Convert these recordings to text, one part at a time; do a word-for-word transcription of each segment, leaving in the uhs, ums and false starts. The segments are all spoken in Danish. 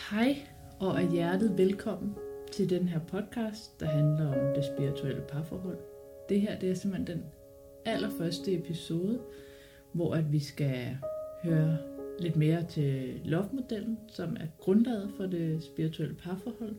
Hej og af hjertet velkommen til den her podcast, der handler om det spirituelle parforhold. Det her det er simpelthen den allerførste episode, hvor at vi skal høre lidt mere til Love-modellen, som er grundlaget for det spirituelle parforhold,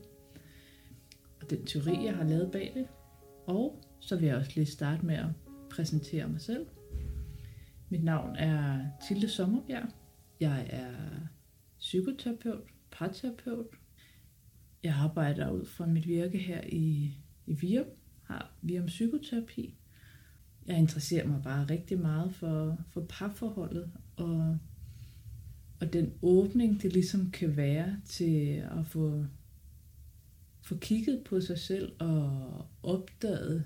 og den teori, jeg har lavet bag det. Og så vil jeg også lige starte med at præsentere mig selv. Mit navn er Tilde Sommerbjerg. Jeg er psykoterapeut, parterapeut. Jeg arbejder ud fra mit virke her i, i Virum, har Virum Psykoterapi. Jeg interesserer mig bare rigtig meget for, for parforholdet og, og den åbning, det ligesom kan være til at få, få kigget på sig selv og opdaget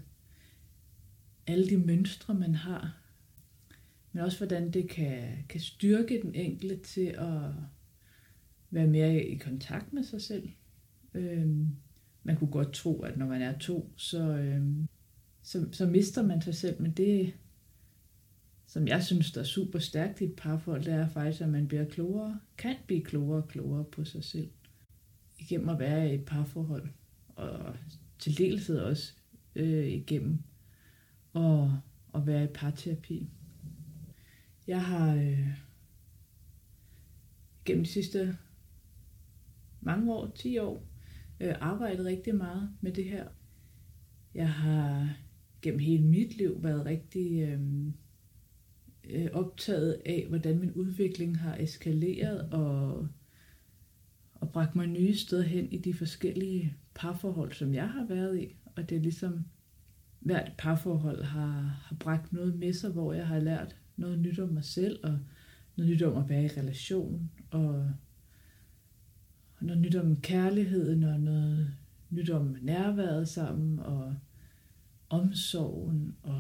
alle de mønstre, man har. Men også hvordan det kan, kan styrke den enkelte til at være mere i kontakt med sig selv. Øhm, man kunne godt tro, at når man er to, så, øhm, så, så mister man sig selv. Men det, som jeg synes, der er super stærkt i et parforhold, det er faktisk, at man bliver klogere, kan blive klogere og klogere på sig selv. Igennem at være i et parforhold. Og til dels også øh, igennem at, at være i parterapi. Jeg har øh, gennem de sidste mange år, ti år, øh, arbejdet rigtig meget med det her. Jeg har gennem hele mit liv været rigtig øh, øh, optaget af, hvordan min udvikling har eskaleret og, og bragt mig nye steder hen i de forskellige parforhold, som jeg har været i. Og det er ligesom, hvert parforhold har, har bragt noget med sig, hvor jeg har lært noget nyt om mig selv, og noget nyt om at være i relation, og noget nyt om kærligheden, og noget nyt om nærværet sammen, og omsorgen, og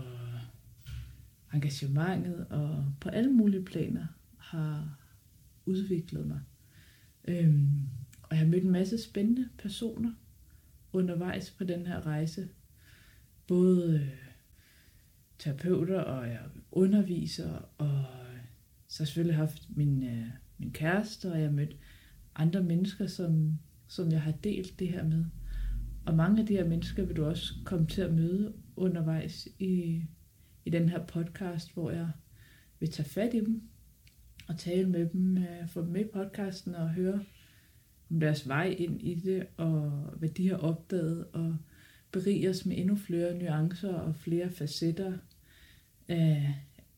engagementet, og på alle mulige planer har udviklet mig. Øhm, og jeg har mødt en masse spændende personer undervejs på den her rejse. Både øh, terapeuter, og jeg underviser, og så har jeg selvfølgelig haft min, øh, min kæreste, og jeg har mødt andre mennesker, som, som jeg har delt det her med. Og mange af de her mennesker vil du også komme til at møde undervejs i, i den her podcast, hvor jeg vil tage fat i dem og tale med dem, øh, få dem med i podcasten og høre om deres vej ind i det, og hvad de har opdaget, og berige os med endnu flere nuancer og flere facetter af,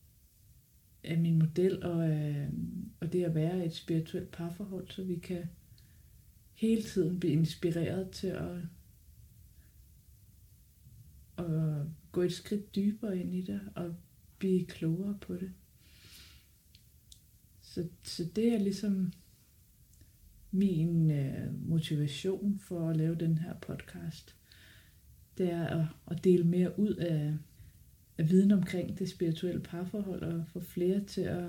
af min model og, af, og det at være i et spirituelt parforhold, så vi kan hele tiden blive inspireret til at, at gå et skridt dybere ind i det og blive klogere på det. Så, så det er ligesom min øh, motivation for at lave den her podcast. Det er at, at dele mere ud af, af viden omkring det spirituelle parforhold, og få flere til at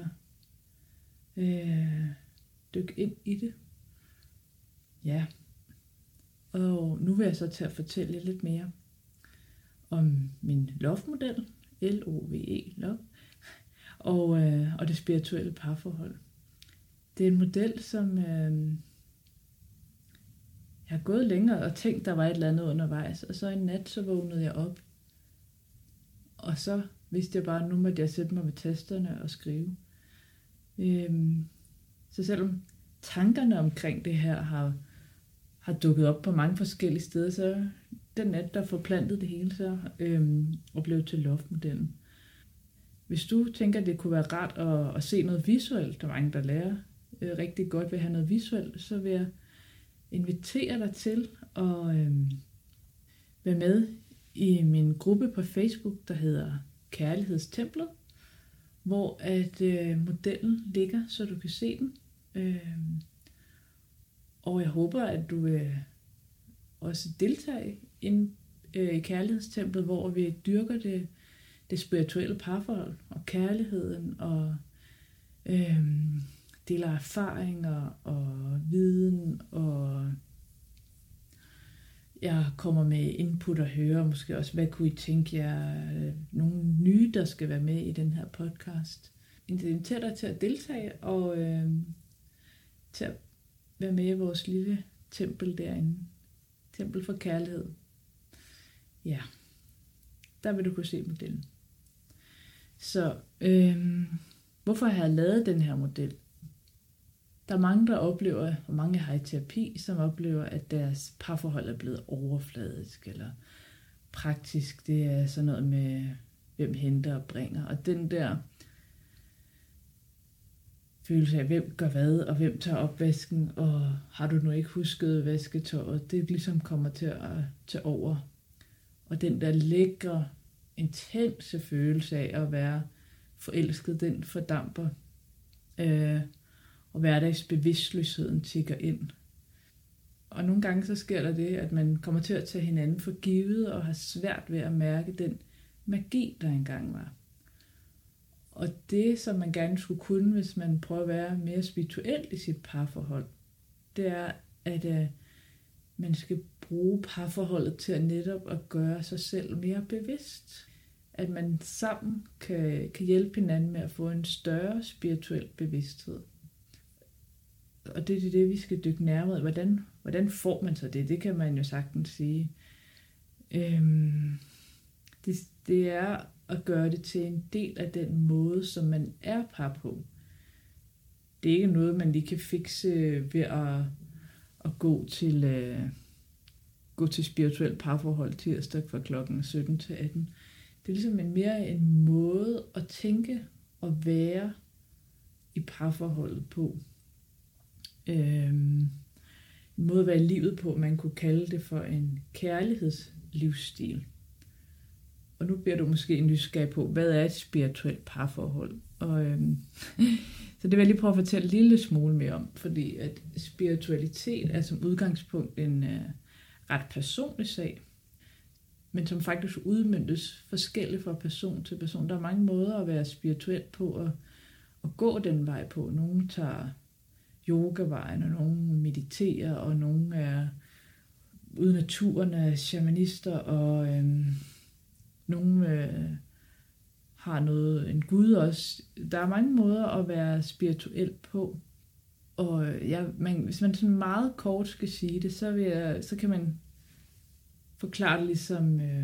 øh, dykke ind i det. Ja. Og nu vil jeg så til at fortælle jer lidt mere om min Love-model, L O V E, Love, og, øh, og det spirituelle parforhold. Det er en model, som øh, jeg har gået længere og tænkt, der var et eller andet undervejs, og så en nat, så vågnede jeg op, og så vidste jeg bare, at nu måtte jeg sætte mig ved tasterne og skrive. Øhm, så selvom tankerne omkring det her har, har dukket op på mange forskellige steder, så den nat, der forplantede det hele sig øhm, og blev til Love-modellen. Hvis du tænker, at det kunne være rart at, at se noget visuelt, der er mange, der lærer øh, rigtig godt ved at have noget visuelt, så vil jeg invitere dig til at øhm, være med i min gruppe på Facebook, der hedder Kærlighedstemplet, hvor at øh, modellen ligger, så du kan se den. Øh, og jeg håber, at du vil også deltage ind, øh, i Kærlighedstemplet, hvor vi dyrker det, det spirituelle parforhold og kærligheden, og øh, deler erfaringer og viden, og jeg kommer med input og hører måske også, hvad kunne I tænke jer, nogle nye, der skal være med i den her podcast. Inviterer dig til at deltage og øh, til at være med i vores lille tempel derinde. Tempel for kærlighed. Ja, der vil du kunne se modellen. Så øhm, hvorfor har jeg lavet den her model? Der er mange, der oplever, og mange har i terapi, som oplever, at deres parforhold er blevet overfladisk eller praktisk. Det er sådan noget med, hvem henter og bringer. Og den der følelse af, hvem gør hvad, og hvem tager opvasken, og har du nu ikke husket vasketøjet, det ligesom kommer til at tage over. Og den der lækre, intense følelse af at være forelsket, den fordamper. Øh, og hverdagsbevidstløsheden tikker ind. Og nogle gange så sker der det, at man kommer til at tage hinanden for givet, og har svært ved at mærke den magi, der engang var. Og det, som man gerne skulle kunne, hvis man prøver at være mere spirituel i sit parforhold, det er, at uh, man skal bruge parforholdet til at netop at gøre sig selv mere bevidst. At man sammen kan, kan hjælpe hinanden med at få en større spirituel bevidsthed. Og det er det, vi skal dykke nærmere. Hvordan, hvordan får man så det? Det kan man jo sagtens sige. Øhm, det, det er at gøre det til en del af den måde, som man er par på. Det er ikke noget, man lige kan fikse ved at, at gå til øh, gå til spirituelt parforhold tirsdag fra klokken sytten til atten. Det er ligesom en mere en måde at tænke og være i parforholdet på. Øhm, en måde at være i livet på, man kunne kalde det for en kærlighedslivsstil. Og nu bliver du måske nysgerrig på, hvad er et spirituelt parforhold? Og, øhm, så det vil jeg lige prøve at fortælle en lille smule mere om, fordi at spiritualitet er som udgangspunkt en øh, ret personlig sag, men som faktisk udmøntes forskelligt fra person til person. Der er mange måder at være spirituel på og, og gå den vej på. Nogle tager yogavejen, og nogle mediterer, og nogle er ude i naturen af shamanister, og øhm, nogle øh, har noget, en gud også. Der er mange måder at være spirituel på, og ja, man, hvis man sådan meget kort skal sige det, så, vil jeg, så kan man forklare det ligesom, øh,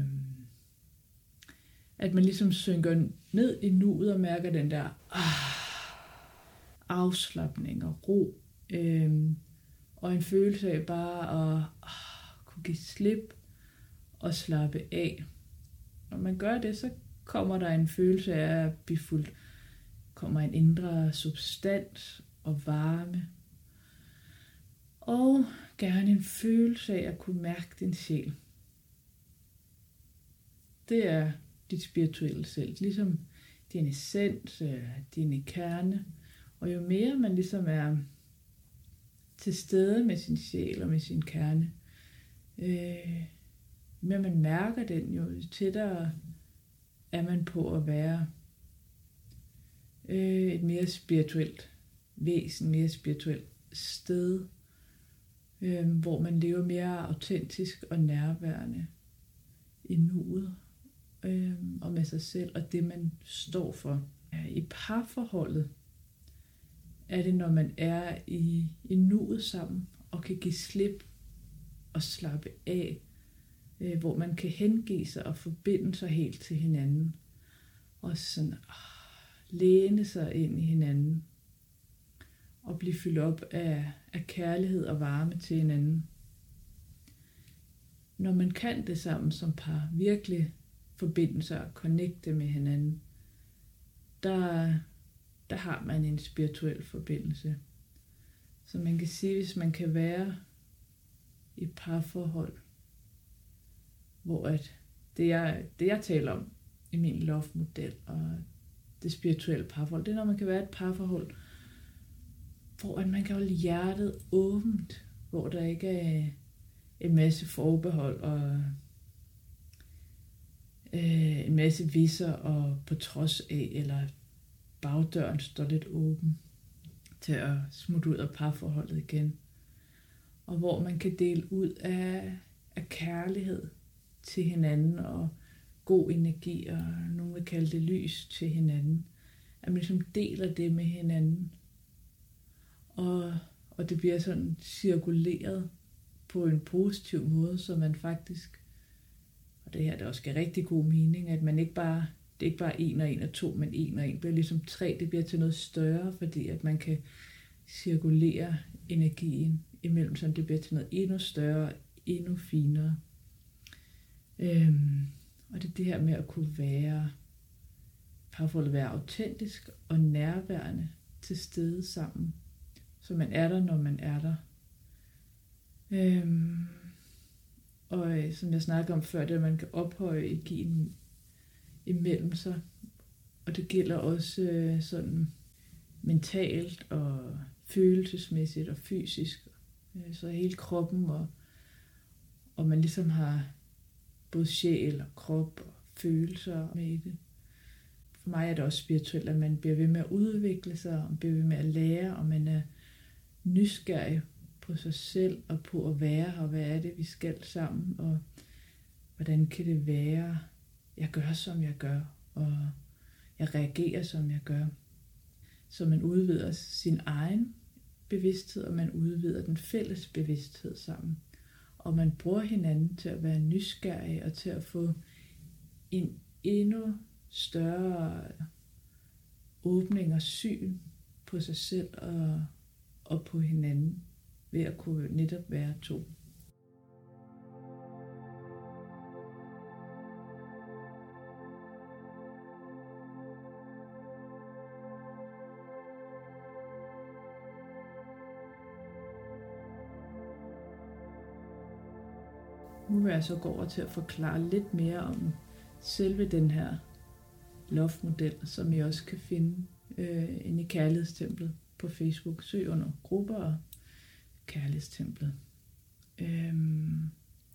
at man ligesom synker ned i nuet og mærker den der ah, afslapning og ro, øhm, og en følelse af bare at ah, kunne give slip og slappe af. Når man gør det, så kommer der en følelse af at blive fuldt, kommer en indre substans og varme, og gerne en følelse af at kunne mærke din sjæl. Det er dit spirituelle selv, ligesom din essens, din kerne. Og jo mere man ligesom er til stede med sin sjæl og med sin kerne, øh, mere man mærker den, jo tættere er man på at være øh, et mere spirituelt væsen, mere spirituelt sted, øh, hvor man lever mere autentisk og nærværende i nuet øh, og med sig selv og det, man står for. I parforholdet er det, når man er i, i nuet sammen og kan give slip og slappe af, øh, hvor man kan hengive sig og forbinde sig helt til hinanden og sådan øh, læne sig ind i hinanden og blive fyldt op af, af kærlighed og varme til hinanden. Når man kan det sammen som par, virkelig forbinde sig og connecte med hinanden, der der har man en spirituel forbindelse. Så man kan sige, hvis man kan være i parforhold, hvor at det, jeg, det jeg taler om i min love-model og det spirituelle parforhold, det er, når man kan være et parforhold, hvor at man kan holde hjertet åbent, hvor der ikke er en masse forbehold og øh, en masse visser og på trods af, eller bagdøren står lidt åben til at smutte ud af parforholdet igen. Og hvor man kan dele ud af, af kærlighed til hinanden og god energi, og nogen vil kalde det lys til hinanden. At man ligesom deler det med hinanden. Og, og det bliver sådan cirkuleret på en positiv måde, så man faktisk, og det her det også giver rigtig god mening, at man ikke bare, det er ikke bare en og en og to, men en og en bliver ligesom tre, det bliver til noget større, fordi at man kan cirkulere energien imellem, så det bliver til noget endnu større, endnu finere. Øhm, og det er det her med at kunne være, parforholdet være autentisk og nærværende til stede sammen, så man er der, når man er der. Øhm, og øh, som jeg snakkede om før, det er, at man kan ophøje energien imellem sig, og det gælder også øh, sådan mentalt og følelsesmæssigt og fysisk, øh, så hele kroppen, og, og man ligesom har både sjæl og krop og følelser med i det. For mig er det også spirituelt, at man bliver ved med at udvikle sig, og bliver ved med at lære, og man er nysgerrig på sig selv, og på at være her, og hvad er det, vi skal sammen, og hvordan kan det være, jeg gør, som jeg gør, og jeg reagerer, som jeg gør. Så man udvider sin egen bevidsthed, og man udvider den fælles bevidsthed sammen. Og man bruger hinanden til at være nysgerrig, og til at få en endnu større åbning og syn på sig selv og, og på hinanden, ved at kunne netop være to. Nu vil jeg så gå over til at forklare lidt mere om selve den her love-model, som I også kan finde øh, inde i Kærlighedstemplet på Facebook. Søg under grupper og Kærlighedstemplet. Øhm,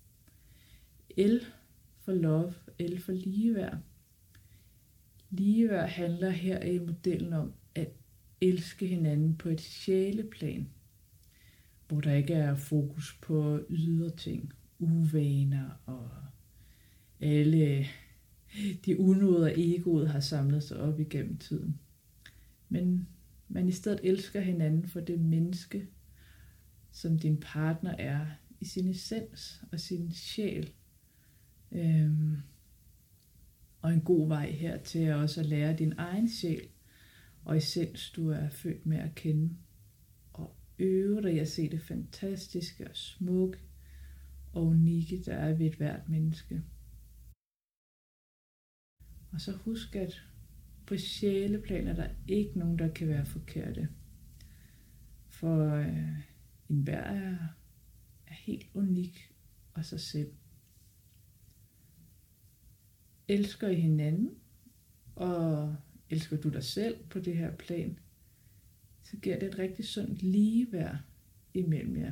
L for love, L for ligeværd. Ligeværd handler her i modellen om at elske hinanden på et sjæleplan, hvor der ikke er fokus på ydre ting, uvaner og alle de unåder egoet har samlet sig op igennem tiden. Men man i stedet elsker hinanden for det menneske, som din partner er i sin essens og sin sjæl. Øhm, og en god vej hertil er også at lære din egen sjæl og essens, du er født med at kende. Og øve dig at se det fantastiske og smukke og unikke, der er ved et hvert menneske. Og så husk, at på sjæleplan er der ikke nogen, der kan være forkerte. For øh, enhver er, er helt unik og sig selv. Elsker I hinanden, og elsker du dig selv på det her plan, så giver det et rigtig sundt ligeværd imellem jer.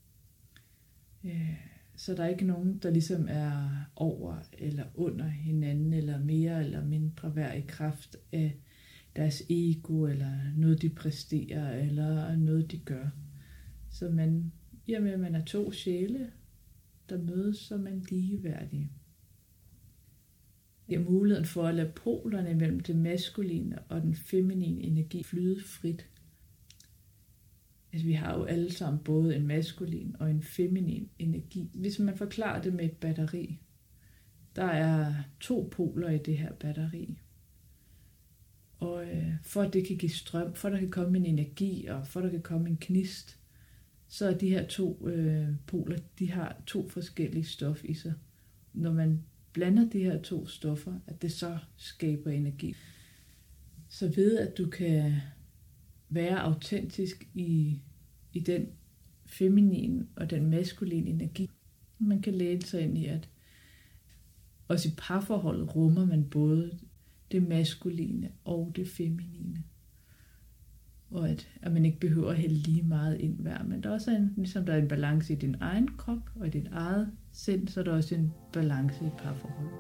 Øh, Så der er ikke nogen, der ligesom er over eller under hinanden, eller mere eller mindre værd i kraft af deres ego, eller noget de præsterer, eller noget de gør. Så man, i og med at man er to sjæle, der mødes, så er man ligeværdige. Det er muligheden for at lade polerne mellem det maskuline og den feminine energi flyde frit. Altså, vi har jo alle sammen både en maskulin og en feminin energi. Hvis man forklarer det med et batteri, der er to poler i det her batteri. Og øh, for at det kan give strøm, for at der kan komme en energi, og for at der kan komme en gnist, så er de her to øh, poler, de har to forskellige stof i sig. Når man blander de her to stoffer, at det så skaber energi. Så ved at du kan være autentisk i, i den feminine og den maskuline energi. Man kan læne sig ind i, at også i parforholdet rummer man både det maskuline og det feminine. Og at, at man ikke behøver at hælde lige meget ind hver, men der er også en, ligesom der er en balance i din egen krop og i dit eget sind, så er der også en balance i parforholdet.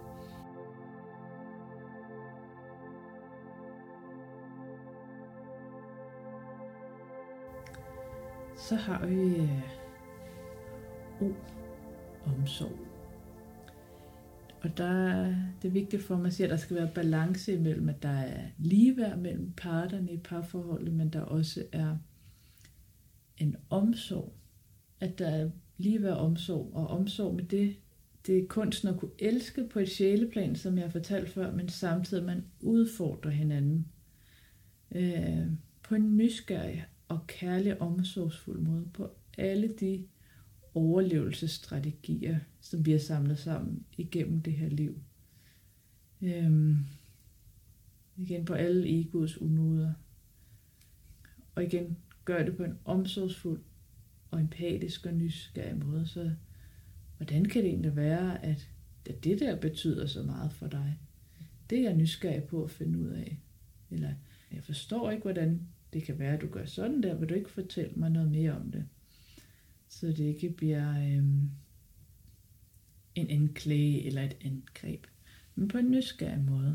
Så har vi øh, O, omsorg. Og der det er vigtigt for mig at sige, at der skal være balance imellem, at der er ligeværd mellem parterne i parforholdet, men der også er en omsorg. At der er lige være omsorg, og omsorg med det, det er kunsten at kunne elske på et sjæleplan, som jeg har fortalt før, men samtidig man udfordrer hinanden øh, på en nysgerrig og kærlig, omsorgsfuld måde, på alle de overlevelsesstrategier, som vi har samlet sammen igennem det her liv. Øh, igen på alle egoets unoder. Og igen, gør det på en omsorgsfuld og empatisk og nysgerrig måde, så hvordan kan det egentlig være, at det der betyder så meget for dig? Det er jeg nysgerrig på at finde ud af. Eller, jeg forstår ikke, hvordan det kan være, at du gør sådan der. Vil du ikke fortælle mig noget mere om det? Så det ikke bliver øhm, en anklage eller et angreb. Men på en nysgerrig måde.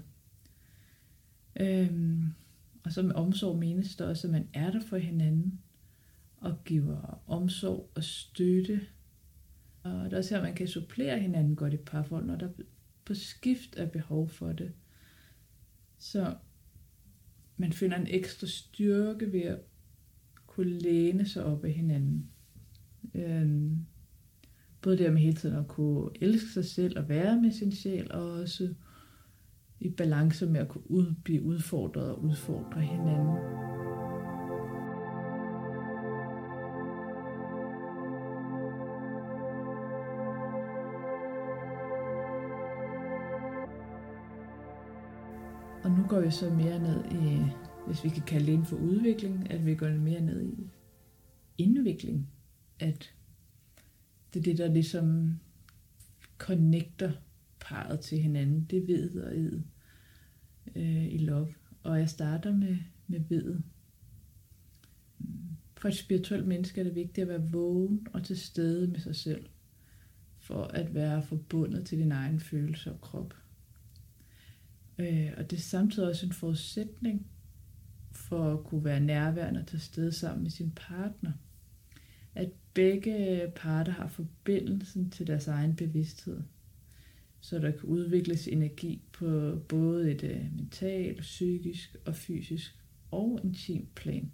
Øhm, og så med omsorg menes der også, at man er der for hinanden. Og giver omsorg og støtte. Og der er også her, man kan supplere hinanden godt i parforhold, når der på skift er behov for det. Så man finder en ekstra styrke ved at kunne læne sig op af hinanden. Øhm, både det med hele tiden at kunne elske sig selv og være med sin sjæl, og også i balance med at kunne ud, blive udfordret og udfordre hinanden. Og nu går vi så mere ned i, hvis vi kan kalde det inden for udvikling, at vi går mere ned i indvikling. At det er det, der ligesom connecter parret til hinanden. Det er ved og ed øh, i love. Og jeg starter med, med ved. For et spirituelt menneske er det vigtigt at være vågen og til stede med sig selv. For at være forbundet til din egen følelse og krop. Øh, og det er samtidig også en forudsætning for at kunne være nærværende og til stede sammen med sin partner. At begge parter har forbindelsen til deres egen bevidsthed. Så der kan udvikles energi på både et uh, mentalt, psykisk og fysisk og intimt plan.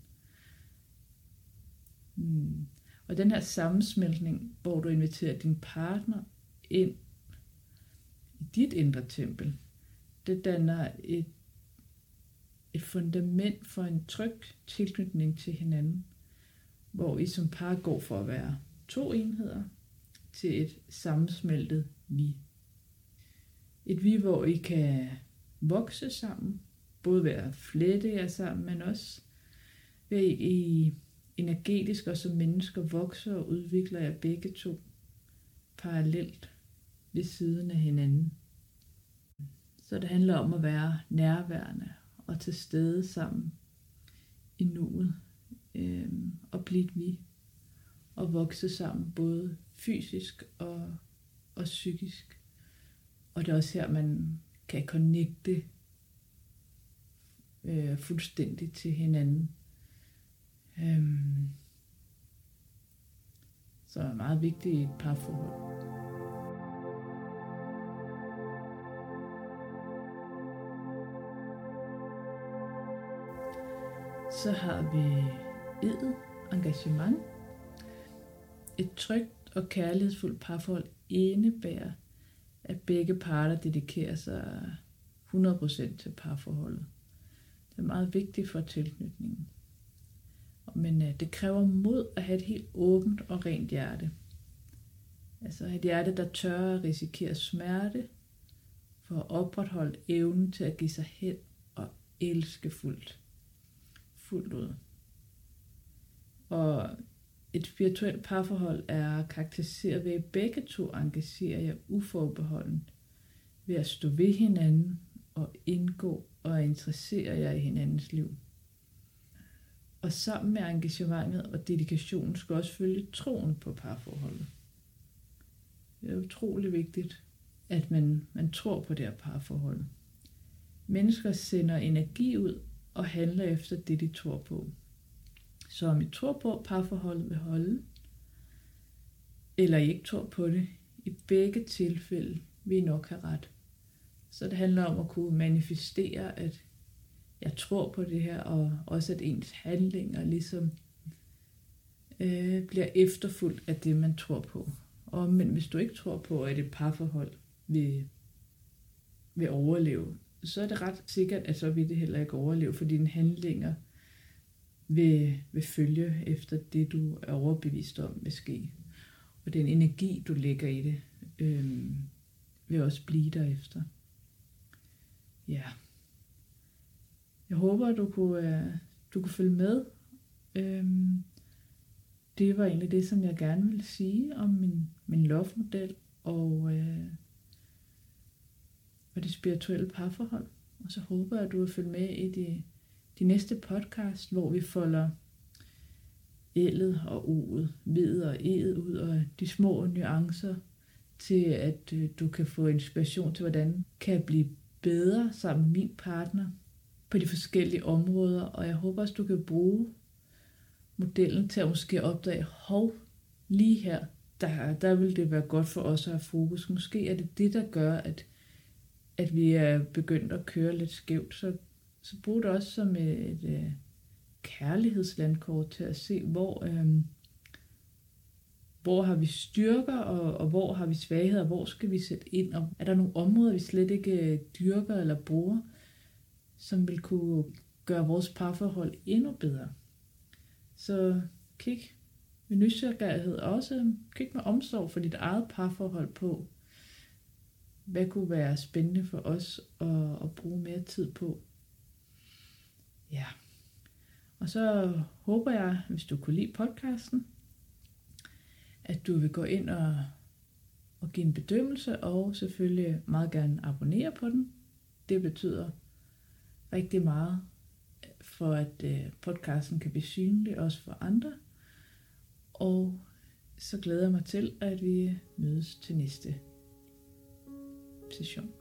Hmm. Og den her sammensmeltning, hvor du inviterer din partner ind i dit indre tempel, det danner et, et fundament for en tryg tilknytning til hinanden, hvor I som par går for at være to enheder til et sammensmeltet vi. Et vi, hvor I kan vokse sammen, både ved at flette jer sammen, men også ved at I energetisk og som mennesker vokser og udvikler jer begge to parallelt ved siden af hinanden. Så det handler om at være nærværende og til stede sammen i nuet øh, og blive et vi og vokse sammen både fysisk og, og psykisk. Og det er også her, man kan connecte øh, fuldstændigt til hinanden. Øhm, så er meget vigtigt i et parforhold. Så har vi edet engagement. Et trygt og kærlighedsfuldt parforhold indebærer, at begge parter dedikerer sig hundrede procent til parforholdet. Det er meget vigtigt for tilknytningen. Men det kræver mod at have et helt åbent og rent hjerte. Altså et hjerte, der tør at risikere smerte, for at opretholde evnen til at give sig hen og elske fuldt. Fuldt ud. Og et spirituelt parforhold er karakteriseret ved, at begge to engagerer jer uforbeholdent ved at stå ved hinanden og indgå og interessere jer i hinandens liv. Og sammen med engagementet og dedikationen skal også følge troen på parforholdet. Det er utrolig vigtigt, at man, man tror på det her parforhold. Mennesker sender energi ud og handler efter det, de tror på. Så om I tror på, at parforholdet vil holde, eller I ikke tror på det, i begge tilfælde vil I nok have ret. Så det handler om at kunne manifestere, at jeg tror på det her, og også at ens handlinger ligesom øh, bliver efterfulgt af det, man tror på. Og men hvis du ikke tror på, at et parforhold vil, vil overleve, så er det ret sikkert, at så vil det heller ikke overleve, for dine handlinger vil, vil følge efter det, du er overbevist om vil ske. Og den energi, du lægger i det, øh, vil også blive derefter. Ja. Jeg håber, at du kunne, uh, du kunne følge med. Øhm, det var egentlig det, som jeg gerne ville sige om min, min love-model og, øh, og det spirituelle parforhold. Og så håber jeg, at du vil følge med i de, de næste podcast, hvor vi folder L'et og O'et, V'et og E'et ud, og de små nuancer til, at øh, du kan få inspiration til, hvordan kan jeg blive bedre sammen med min partner på de forskellige områder. Og jeg håber også, du kan bruge modellen til at måske opdage, hov, lige her, der, der vil det være godt for os at have fokus. Måske er det det, der gør, at, at vi er begyndt at køre lidt skævt. Så, så brug det også som et, et, et kærlighedslandkort til at se, hvor, øhm, hvor har vi styrker, og, og hvor har vi svagheder, hvor skal vi sætte ind, og er der nogle områder, vi slet ikke dyrker eller bruger, som vil kunne gøre vores parforhold endnu bedre. Så kig med nysgerrighed, også kig med omsorg for dit eget parforhold på, hvad kunne være spændende for os at, at bruge mere tid på. Ja. Og så håber jeg, hvis du kunne lide podcasten, at du vil gå ind og, og give en bedømmelse, og selvfølgelig meget gerne abonnere på den. Det betyder rigtig meget for, at podcasten kan blive synlig også for andre. Og så glæder jeg mig til, at vi mødes til næste session.